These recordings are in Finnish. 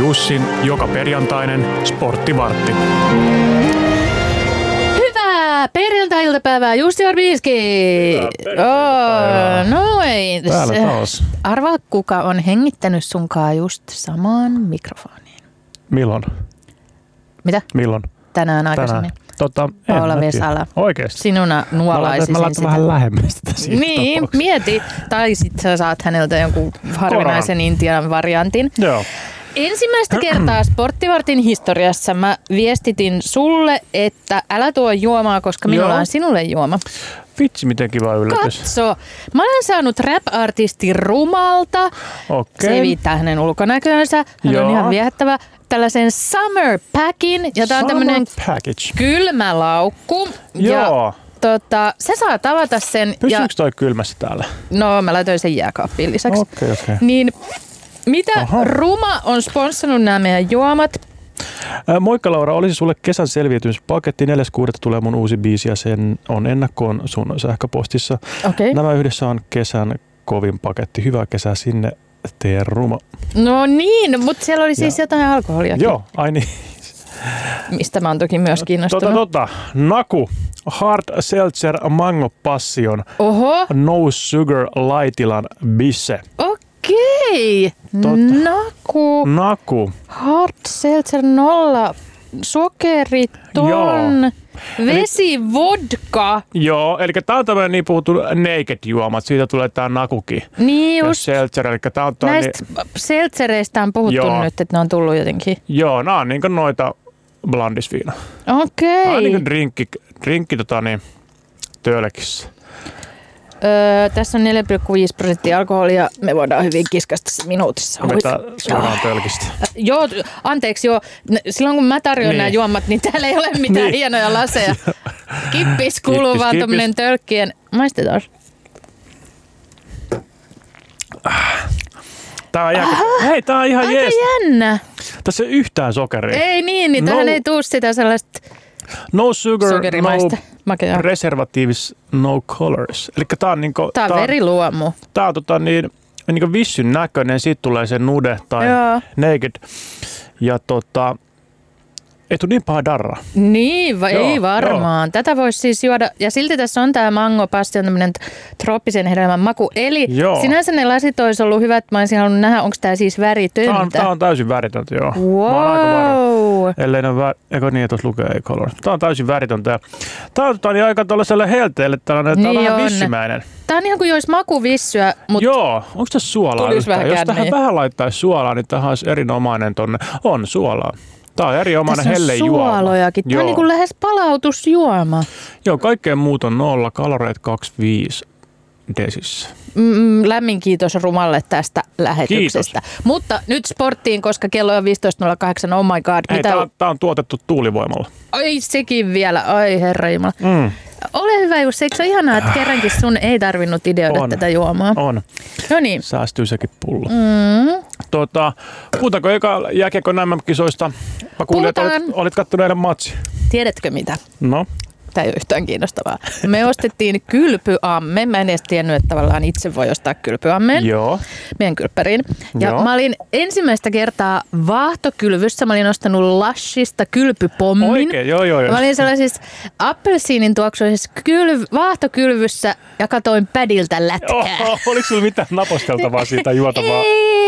Jussin joka perjantainen sporttivartti. Hyvää perjantai-iltapäivää, Jussi Orbiinski! Noin. Täällä taas. Arvaa, kuka on hengittänyt sunkaan just samaan mikrofoniin. Milloin? Mitä? Milloin? Tänään aikaisemmin. Paula Vesala. Oikeesti? Sinuna nuolaisisin mä laitan vähän lähemmäs sitä siitä. Niin, mieti. Tai sit sä saat häneltä jonkun harvinaisen Intian variantin. Joo. Ensimmäistä kertaa Sporttivartin historiassa mä viestitin sulle, että älä tuo juomaa, koska minulla on sinulle juoma. Vitsi, miten kiva yllätys. Katso, mä olen saanut rap-artisti Rumalta. Okei. Se viittaa hänen ulkonäköönsä. Hän on ihan viehättävä. Tällaisen Summer Packin. Ja tää on tämmönen kylmä laukku. Joo. Ja sä saat avata sen. Pysyykö toi kylmässä täällä? No, mä laitoin sen jääkaappiin lisäksi. Okei. Niin, mitä Ruma on sponssannut nämä meidän juomat? Moikka Laura, olisi sulle kesän selviytymispaketti. 4.6. tulee mun uusi biisi ja sen on ennakkoon sun sähköpostissa. Okay. Nämä yhdessä on kesän kovin paketti. Hyvää kesää sinne, tee Ruma. No niin, mutta siellä oli siis jotain alkoholiakin. Joo, ai niin. Mistä mä oon toki myös kiinnostunut. Naku, Hard Seltzer Mango Passion. Oho. No Sugar Laitilan bisse. Okei. Naku. Hard Seltzer 0. Sokeriton. Vesi, vodka. Joo, eli tää on tämmönen niin puhuttu naked-juoma, siitä tulee tää nakukin. Niin just. Ja seltzer, eli tää on näistä seltzereistä on puhuttu nyt, että ne on tullut jotenkin. Joo, nää on niinku noita blandisviina. Okei. Nää on niinku drinkki tölkissä. Tässä on 4,5% alkoholia. Me voidaan hyvin kiskasta se minuutissa. Mitä suoraan tölkistä? Joo, anteeksi joo. Silloin kun mä tarjoan nämä juomat, niin täällä ei ole mitään hienoja laseja. Kippis kuuluu vaan tommonen tölkkien. Maistetaan. Tää on ihan aika jees. jännä. Tässä ei yhtään sokeria. Ei niin tähän ei tuu sitä sellaista no sugar, sokerimaista. No preservatives, no colors. Elikkä tää on niinku... Tää on veriluomu. Tää on niinku vissyn näköinen, siitä tulee se nude tai naked. Ja ei tule niin paha darra. Niin, ei varmaan. Joo. Tätä voisi siis juoda. Ja silti tässä on tää mango passion, tämmönen trooppisen hedelmän maku. Eli sinänsä ne lasit olisi ollut hyvät. Mä olisin halunnut nähdä, onko tää siis väritöntä. Tää on täysin väritöntä, joo. Wow. Mä oon aika varma. Ellei ne eikö niin, että tuossa lukee ei color. Tää on täysin väritöntä. Tää on aika tuollaiselle helteelle tällainen, tää on vähän vissymäinen. Tää on ihan kuin jois makuvissyä, mutta... Joo, onko tässä suolaa yhtään? Jos tähän vähän laittaisi suolaa, niin tähän olisi erinomainen tonne. On suolaa. Tää on erinomainen hellejuoma. Suolojakin. Tää on niin kuin lähes palautusjuoma. Joo, kaikkeen muut on 0, kaloreet 25 desissä. Lämmin kiitos Rumalle tästä lähetyksestä. Kiitos. Mutta nyt sporttiin, koska kello on 15.08. Oh my god. Tää on tuotettu tuulivoimalla. Ai sekin vielä. Ai herranjumala. Ole hyvä Jussi, eikö se ole ihanaa, että kerrankin sun ei tarvinnut ideoida tätä juomaa? On. No niin. Säästyy sekin pullo. Puhutaanko eka jääkiekon MM-kisoista? Mä kuulin, että olit kattonut eilen matsi. Tiedätkö mitä? No? Tämä ei ole yhtään kiinnostavaa. Me ostettiin kylpyamme. Mä en edes tiennyt, että tavallaan itse voi ostaa kylpyammeen. Joo. Meidän kylppäriin. Ja mä olin ensimmäistä kertaa vaahtokylvyssä. Mä olin ostanut Lushista kylpypommin. Oikein, joo. Mä olin sellaisissa appelsiinin tuoksuisessa vahtokylvyssä ja katoin pädiltä lätkää. Oliko sulla mitään naposteltavaa siitä juotavaa?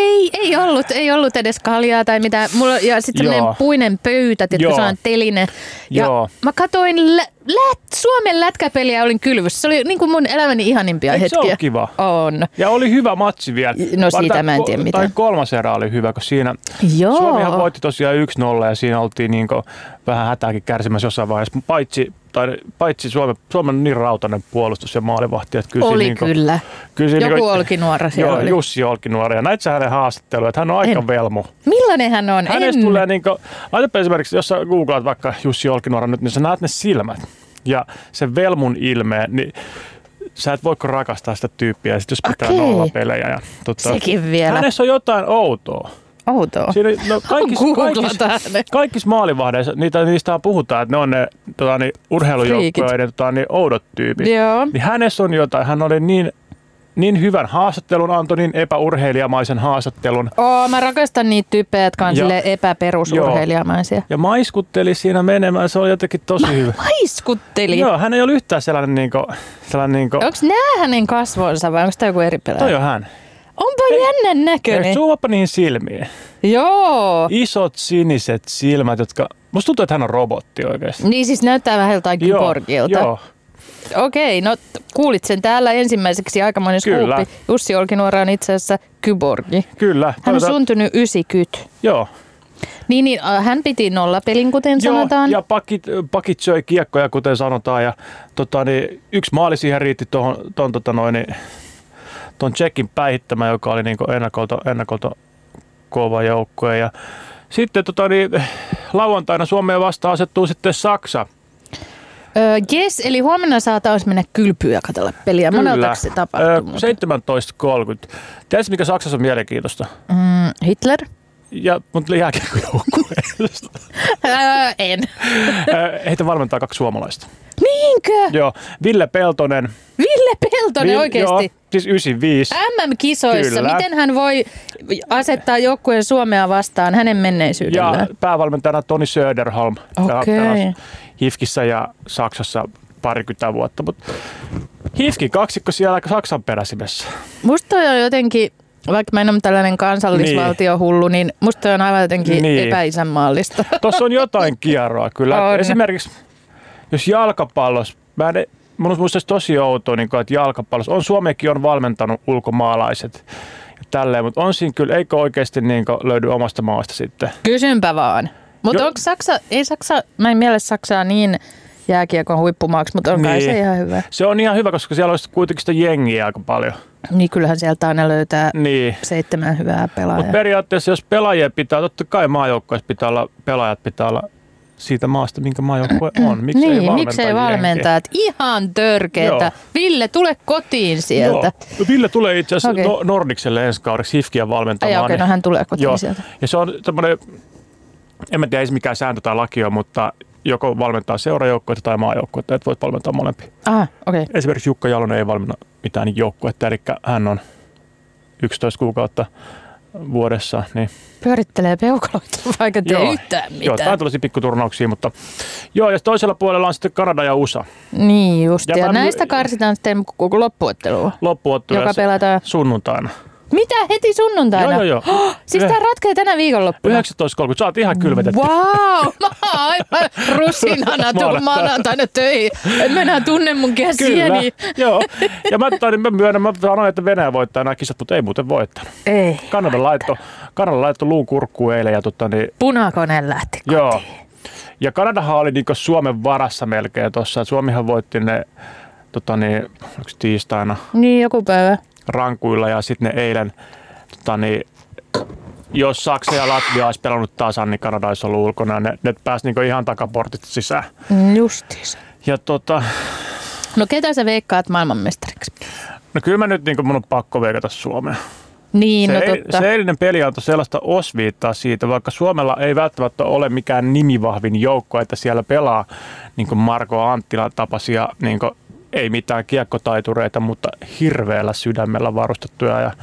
Ei ollut edes kaljaa tai mitään. Mulla ja sitten sellainen puinen pöytä, sellainen teline. Ja mä katoin Suomen lätkäpeliä, olin kylvyssä. Se oli niin kuin mun elämäni ihanimpia hetkiä. Se on kiva. On. Ja oli hyvä matsi vielä. No siitä mä en tiedä mitään. Tai kolmas erä oli hyvä, kun siinä Suomihan voitti tosiaan 1-0 ja siinä oltiin niin vähän hätääkin kärsimässä jossain vaiheessa. Paitsi Suomen niin rautainen puolustus ja maalivahti. Että kyllä oli kyllä. Joku Olkinuora siellä oli. Jussi Olkinuora. Ja näit sä hänen haastattelua, että hän on aika velmu. Millainen hän on? Hänestä tulee laitapa esimerkiksi, jos sä googlaat vaikka Jussi Olkinuora nyt, niin sä näet ne silmät. Ja se velmun ilmeen, niin sä et voiko rakastaa sitä tyyppiä, sit jos pitää nollapelejä. Ja, sekin vielä. Hänessä on jotain outoa. Outoa? Siinä, kaikissa maalivahdeissa, niistä puhutaan, että ne on ne urheilujoukkojen oudot tyypit. Joo. Niin hänessä on jotain, hän oli niin niin hyvän haastattelun, antoi niin epäurheilijamaisen haastattelun. Mä rakastan niitä tyyppejä, jotka on silleen epäperusurheilijamaisia. Ja maiskutteli siinä menemään, se on jotenkin tosi hyvä. Maiskutteli? Joo, hän ei ollut yhtään sellainen niinku... Onko nää hänen kasvonsa vai onko tämä joku eri pelaaja? Toi on hän. Onpa jännän näköinen. Zoomappa niihin silmiin. Joo. Isot siniset silmät, jotka... Musta tuntuu, että hän on robotti oikeasti. Niin siis näyttää vähän joltain kyborgilta. Joo. Okei, no kuulit sen täällä ensimmäiseksi, aikamoinen skuuppi. Jussi Olkinuora on itse asiassa kyborgi. Kyllä. Hän on syntynyt 90. Joo. Niin, hän piti nollapelin, kuten sanotaan. Ja pakit söi kiekkoja, kuten sanotaan. Ja yksi maali siihen riitti tuon Tšekin päihittämä, joka oli niinku ennakolta kova joukkue. Ja sitten lauantaina Suomeen vastaan asettuu sitten Saksa. Jes, eli huomenna saa taas mennä kylpyyn ja katsella peliä. Monelta se tapahtuu? 17.30. Tiedätkö, mikä Saksassa on mielenkiintoista? Hitler? Mutta jääkiekkojoukkueesta. En. Heitä valmentaa 2 suomalaista. Niinkö? Joo, Ville Peltonen. Ville Peltonen oikeesti? Joo, siis 95. MM-kisoissa. Kyllä. Miten hän voi asettaa joukkueen Suomea vastaan hänen menneisyydellään? Ja päävalmentajana Toni Söderholm. Okei. HIFKissä ja Saksassa parikymmentä vuotta. Mutta HIFKin kaksikko siellä Saksan peräsimessä. Musta on jotenkin, vaikka mä en ole tällainen kansallisvaltiohullu, niin musta on aivan jotenkin epäisänmaallista. Tuossa on jotain kierroa kyllä. On. Esimerkiksi jos jalkapallossa, mun muistaisi tosi outoa, että jalkapallossa Suomekin on valmentanut ulkomaalaiset ja tälleen, mutta on siinä kyllä, eikö oikeasti löydy omasta maasta sitten? Kysynpä vaan. Mutta onko Saksa, mä en mielestä Saksaa niin jääkiekon huippumaaksi, mutta on kai se ihan hyvä. Se on ihan hyvä, koska siellä olisi kuitenkin sitä jengiä aika paljon. Niin kyllähän sieltä aina löytää 7 hyvää pelaajaa. Mutta periaatteessa jos pelaajia pitää, totta kai maajoukkueessa pelaajat pitää olla siitä maasta, minkä maajoukkue on. Miksei valmentaa? Ihan törkeetä. Ville, tule kotiin sieltä. Joo. Ville tulee itse asiassa Nordicselle ensi kaudeksi HIFKiä valmentamaan. Okei, no hän tulee kotiin sieltä. Ja se on tämmöinen, en mä tiedä mikään sääntö tai laki on, mutta joko valmentaa seurajoukkuetta tai maajoukkuetta, että voit valmentaa molempia. Aha, okei. Esimerkiksi Jukka Jalonen ei valmenna mitään joukkuetta, eli hän on 11 kuukautta vuodessa. Niin pyörittelee peukaloita, vaikka tee yhtään mitään. Joo, tämä on tällaisia pikkuturnauksia, mutta joo, ja toisella puolella on sitten Kanada ja USA. Niin just, ja näistä karsitaan sitten koko loppuottelua. Joka pelataan sunnuntaina. Mitä? Heti sunnuntaina? Joo. Siis tää ratkee tänä viikonloppuna? 19.30. Sä oot ihan kylvetetty. Wow! Mä oon aivan rusinana tuun maanantaina töihin. Et mä enää tunne mun käsiäni. Joo. Ja mä sanoin, että Venäjä voittaa nämä kisat, mutta ei muuten voittanut. Ei. Kanada laittoi luun kurkkuun eilen. Punakone lähti kotiin. Joo. Ja Kanadahan oli niinku Suomen varassa melkein tuossa. Suomihan voitti ne tiistaina. Niin, joku päivä. Rankuilla ja sitten ne eilen, jos Saksa ja Latvia olisi pelannut tasan, niin Kanada olisi ollut ulkona. Ne pääsi niinku ihan takaportit sisään. Justiis. Ja no ketä sä veikkaat maailmanmestariksi? No kyllä mä nyt mun on pakko veikata Suomea. Niin, totta. Se eilinen peli antoi sellaista osviittaa siitä, vaikka Suomella ei välttämättä ole mikään nimivahvin joukko, että siellä pelaa niin Marko Anttila tapaisia ei mitään kiekkotaitureita, mutta hirveällä sydämellä varustettuja ja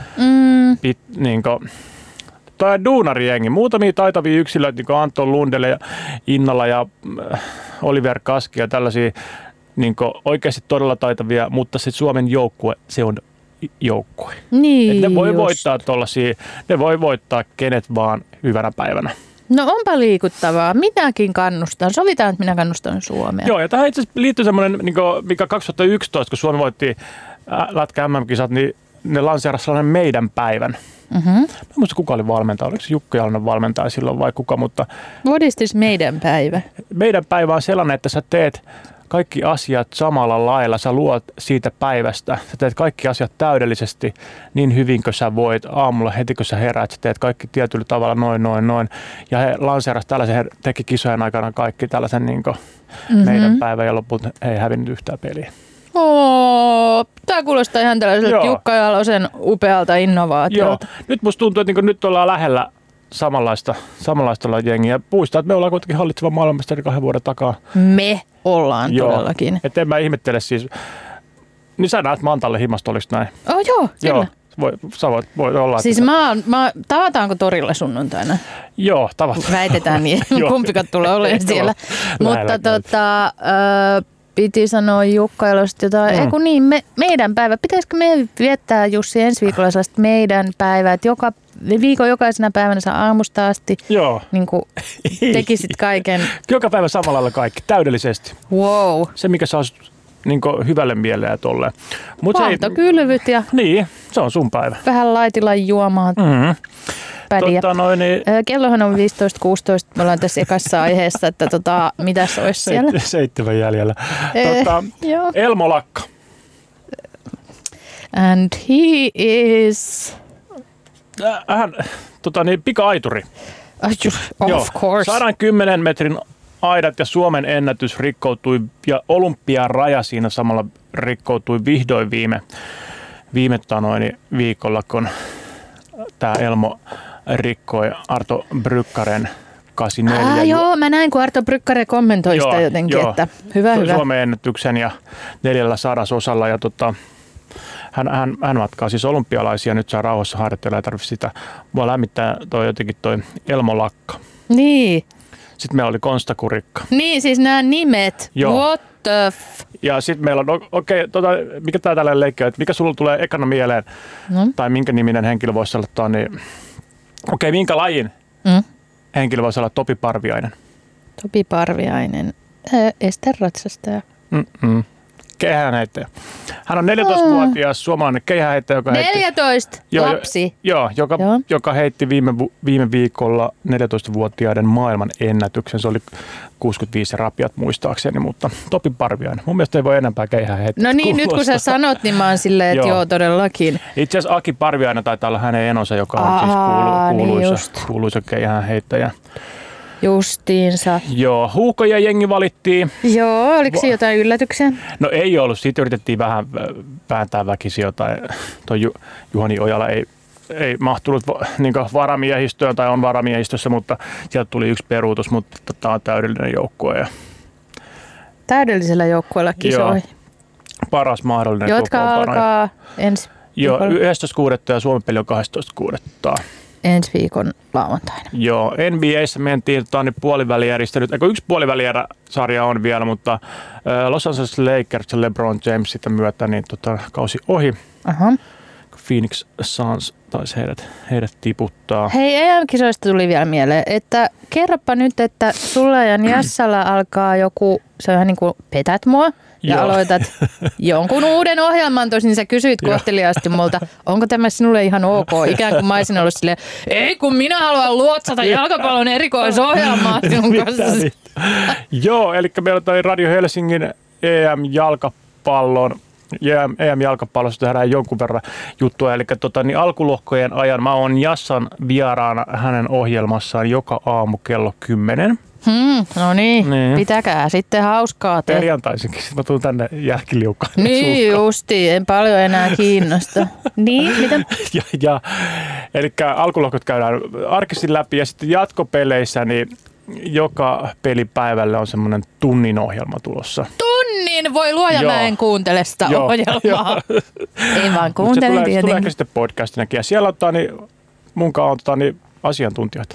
duunarijengi. Muutamia taitavia yksilöitä, niin kuin Anton Lundelle ja Innala ja Oliver Kaski ja tällaisia oikeasti todella taitavia, mutta se Suomen joukkue, se on joukkue. Niin, ne voi voittaa tollaisia, ne voi voittaa kenet vaan hyvänä päivänä. No onpa liikuttavaa. Minäkin kannustan. Sovitaan, että minä kannustan Suomea. Joo, ja tähän itse asiassa liittyy semmoinen, mikä 2011, kun Suomi voitti lätkä MM-kisat, niin ne lanseerasi sellainen meidän päivän. Mä en muista, kuka oli valmentaja. Oliko se Jukka Jalonen valmentaja silloin vai kuka, mutta what is this meidän päivä? Meidän päivä on sellainen, että sä teet kaikki asiat samalla lailla. Sä luot siitä päivästä. Sä teet kaikki asiat täydellisesti niin hyvin kuin sä voit. Aamulla heti kun sä heräät, sä teet kaikki tietyllä tavalla noin. Ja he lanseerasi tällaisen, he teki kisojen aikana kaikki tällaisen meidän päivän ja lopulta ei hävinnyt yhtään peliä. Tämä kuulostaa ihan tällaiselta Jukka Jalosen upealta innovaatiolta. Joo. Nyt musta tuntuu, että nyt ollaan lähellä samanlaista jengiä. Muistaa, että me ollaan kuitenkin hallitseva maailmanmestari 2 vuoden takaa. Me ollaan todellakin. Että en mä ihmettele siis. Niin sä näet Mantalle himasta, oliko näin? Oh joo, kyllä. Joo, voi olla. Siis tavataanko torilla sunnuntaina? Joo, tavataan. Väitetään niin, kumpikaan tulee olemaan siellä. Mutta piti sanoa Jukka Elosta jotain. Eiku niin, meidän päivä. Pitäisikö me viettää, Jussi, ensi viikolla sellaista meidän päivää, että viikon jokaisena päivänä sä aamusta asti niin tekisit kaiken. Joka päivä samalla lailla kaikki, täydellisesti. Wow. Se, mikä saa niin hyvälle mieleen ja tolleen. Vaahtokylvyt ja... Niin, se on sun päivä. Vähän laitilla juomaan. Pädiä. Kellohan on 15.16. Me ollaan tässä ekassa aiheessa, että mitäs olisi siellä? 7 jäljellä. Elmo Lakka. And he is... Hän, pika-aituri. Of course. 110 metrin aidat ja Suomen ennätys rikkoutui ja olympiaraja siinä samalla rikkoutui vihdoin viime viikolla, kun tämä Elmo rikkoi Arto Brykkaren 84. Joo, mä näin, kun Arto Brykkare kommentoi sitä jotenkin, että hyvä. Suomen ennätyksen ja 400 ja hän matkaa siis olympialaisia, nyt saa rauhassa harjoitella ja tarvitse sitä. Mua lämmittää toi Elmo Lakka. Niin. Sitten meillä oli Konsta Kurikka. Niin, siis nämä nimet. Joo. What the Ja sitten meillä on, mikä tää tällainen leikki on, että mikä sulla tulee ekana mieleen, tai minkä niminen henkilö voisi olla, niin minkä lajin henkilö voisi olla Topi Parviainen? Topi Parviainen, esteratsastaja. Keihäänheittäjä. Hän on 14-vuotias suomalainen keihäänheittäjä, joka 14 lapsi. Joka heitti viime viikolla 14-vuotiaiden maailman ennätyksen. Se oli 65 rapiat muistaakseni, mutta Topi Parviainen. Mun mielestä ei voi enempää keihäänheittäjä. No niin, nyt kun sä sanot, niin mä oon silleen, että joo, todellakin. Itse asiassa Aki Parviainen taitaa olla hänen enonsa, joka on siis kuuluisa keihäänheittäjä. Justiinsa. Joo, huuhkajien jengi valittiin. Joo, oliko se jotain yllätyksiä? No ei ollut, siitä yritettiin vähän vääntää väkisin jotain. Juhani Ojala ei mahtunut varamiehistöön tai on varamiehistössä, mutta sieltä tuli yksi peruutus, mutta tämä on täydellinen joukkue. Täydellisellä joukkueella kisoi. Paras mahdollinen jotka alkaa ensi viikolla. Joo, 11.6. ja Suomen peli on 12.6. Ensi viikon lauantaina. Joo, NBA:ssä mentiin puolivälieristä nyt. Yksi puolivälierä-sarja on vielä, mutta Los Angeles Lakers ja LeBron James sitä myötä, niin kausi ohi. Aha. Phoenix Suns taisi heidät tiputtaa. Hei, EM-kisoista tuli vielä mieleen, että kerropa nyt, että sulla ja Jassalla alkaa joku, se on ihan niin kuin petät mua. Ja aloitat jonkun uuden ohjelman, tosin sä kysyit kohteliaasti multa, onko tämä sinulle ihan ok? Ikään kuin mä olisin ollut silleen, ei kun minä haluan luotsata jalkapallon erikoisohjelmaa sinun kanssa. Joo, eli meillä on toi Radio Helsingin EM-jalkapallossa tehdään jonkun verran juttua. Eli alkulohkojen ajan mä oon Jassan vieraana hänen ohjelmassaan joka aamu kello 10. No niin, pitäkää sitten hauskaa te. Perjantaisinkin, sitten mä tuun tänne jälkiliukaan. Niin justiin, en paljon enää kiinnosta. Niin, mitä? Eli alkulohkot käydään arkisin läpi ja sitten jatkopeleissä niin joka pelipäivälle on semmoinen tunnin ohjelma tulossa. Tunnin? Voi luoja, mä en kuuntele sitä ohjelmaa. Ei vaan kuuntele tietenkin. Se tulee ehkä sitten podcastinakin ja siellä munkaan on asiantuntijoita.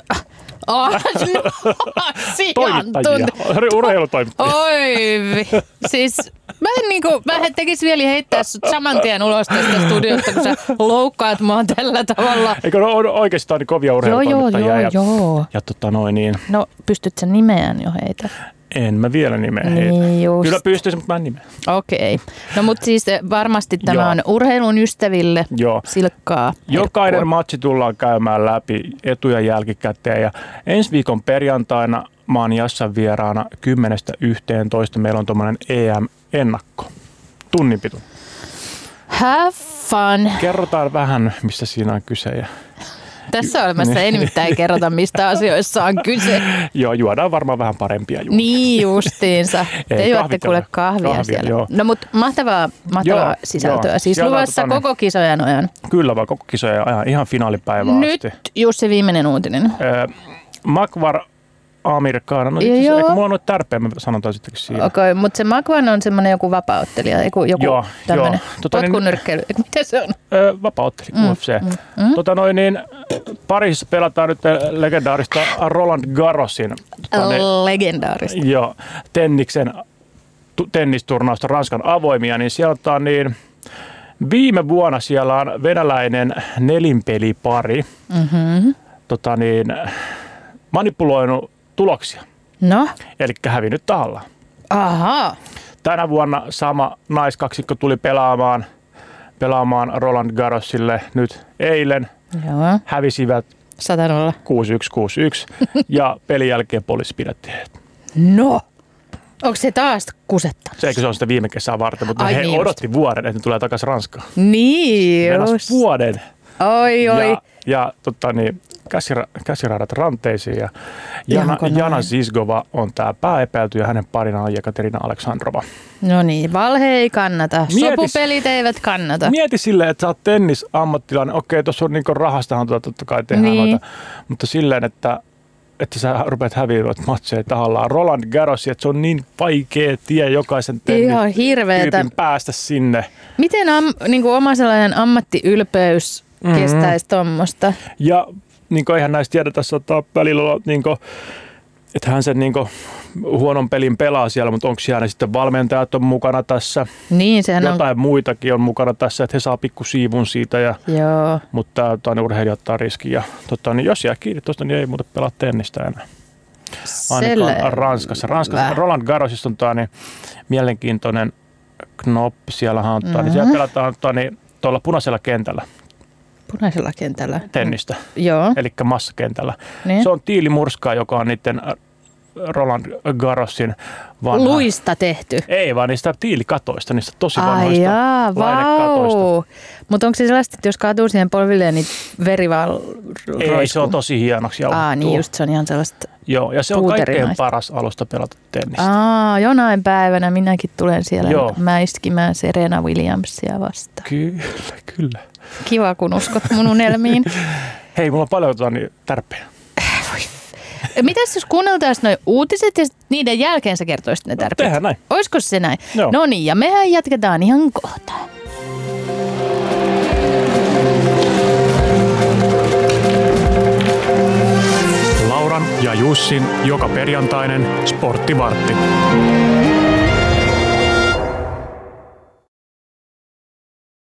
Toimittajia, urheilutoimittajia. Oi, siis mä tekisin vielä heittää sut saman tien ulos tästä studiosta, kun sä loukkaat mua tällä tavalla. Eikö ne ole oikeastaan kovia urheilutoimittajia? Joo. No, pystyt sä nimeään jo heitä? En mä vielä nimeä heitä. Kyllä pystyisin, mutta mä en nimeä. Okei. No mutta siis varmasti tämä on urheilun ystäville silkkaa. Jokainen matsi tullaan käymään läpi etu- ja jälkikäteen. Ja ensi viikon perjantaina mä oon Jassan vieraana 10-11. Meillä on tommonen EM-ennakko. Tunnin pituinen. Have fun. Kerrotaan vähän, mistä siinä on kyse. Tässä ohjelmassa ei nimittäin kerrota, mistä asioissa on kyse. Joo, juodaan varmaan vähän parempia juomia. Niin justiinsa. Te juotte kuule kahvia siellä. Joo. No mutta mahtavaa sisältöä. Joo. Siis luvassa koko kisojen ajan. Kyllä vaan, koko kisojen ajan. Ihan finaalipäivää nyt asti. Jussi, viimeinen uutinen. Makvar Americano. No itse asiassa, eikö mulla on noita tärpeä, mä sanotaan sittenkin siinä. Okei, mutta se Magvan on semmoinen joku vapauttelija, joku tämmöinen potkunyrkkeily. Mitä se on? Vapauttelija, UFC. Pariisissa pelataan nyt legendaarista Roland Garrosin. Legendaarista. Joo, tennisturnausta Ranskan avoimia, niin sieltä on viime vuonna siellä on venäläinen nelinpelipari manipuloinut tuloksia. No? Eli hävinnyt tahallaan. Aha. Tänä vuonna sama naiskaksikko tuli pelaamaan Roland Garrosille nyt eilen. Joo. Hävisivät 100-0. 6-1 ja pelin jälkeen poliisi pidätti heitä. No. Onko se taas kusettanut? Se on sitä viime kesää varten, mutta he odotti vuoden, että ne tulee takaisin Ranskaan. Niin just. Vuoden. Oi. Ja käsiraudat ranteisiin. Ja Jana Zizgova on tämä pääepäilty ja hänen parina on Jekaterina Aleksandrova. No niin, valhe ei kannata. Sopupelit eivät kannata. Mieti silleen, että sä oot tennisammattilainen. Okei, tuossa on rahastahan totta kai tehdään noita. Mutta silleen, että sä rupeat häviämään matseja tahallaan. Roland Garros, että se on niin vaikea tie jokaisen tyypin päästä sinne. Miten oma sellainen ammattiylpeys kestäisi tuommoista? Ja eihän näistä tiedetä, välillä että hän sen huonon pelin pelaa siellä, mutta onko siellä sitten valmentajat on mukana tässä? Niin, jotain muitakin on mukana tässä, että he saa pikku siivun siitä. Joo. Mutta urheilija ottaa riskin. Ja jos jää kiinni tuosta, niin ei muuten pelaa tennistä enää. Ainakaan Ranskassa. Roland Garrosissa on mielenkiintoinen knoppi. Siellähän on, niin siellä pelataan tuolla punaisella kentällä. Punaisella kentällä? Tennistä. Joo. Eli massakentällä. Niin. Se on Tiili Murskaa, joka on niiden Roland Garrosin vanha. Luista tehty? Ei, vaan niistä tiilikatoista, niistä tosi vanhoista lainekatoista. Mutta onko se sellaista, että jos katuu siihen polvilleen, niin veri vaan roiskuu? Ei, se on tosi hienoksi jauhettua. Niin just, se on ihan sellaista. Joo, ja se on kaikkein paras alusta pelata tennistä. Jonain päivänä minäkin tulen siellä mäiskimään Serena Williamsia vastaan. Kyllä. Kiva, kun uskot mun unelmiin. Hei, mulla on paljon tärpeä. Mitäs jos kuunneltaisiin nuo uutiset ja niiden jälkeen sä kertoisit ne tärkeät? Tehdään näin. Olisiko se näin? Joo. No niin, ja mehän jatketaan ihan kohta. Lauran ja Jussin joka perjantainen sporttivartti.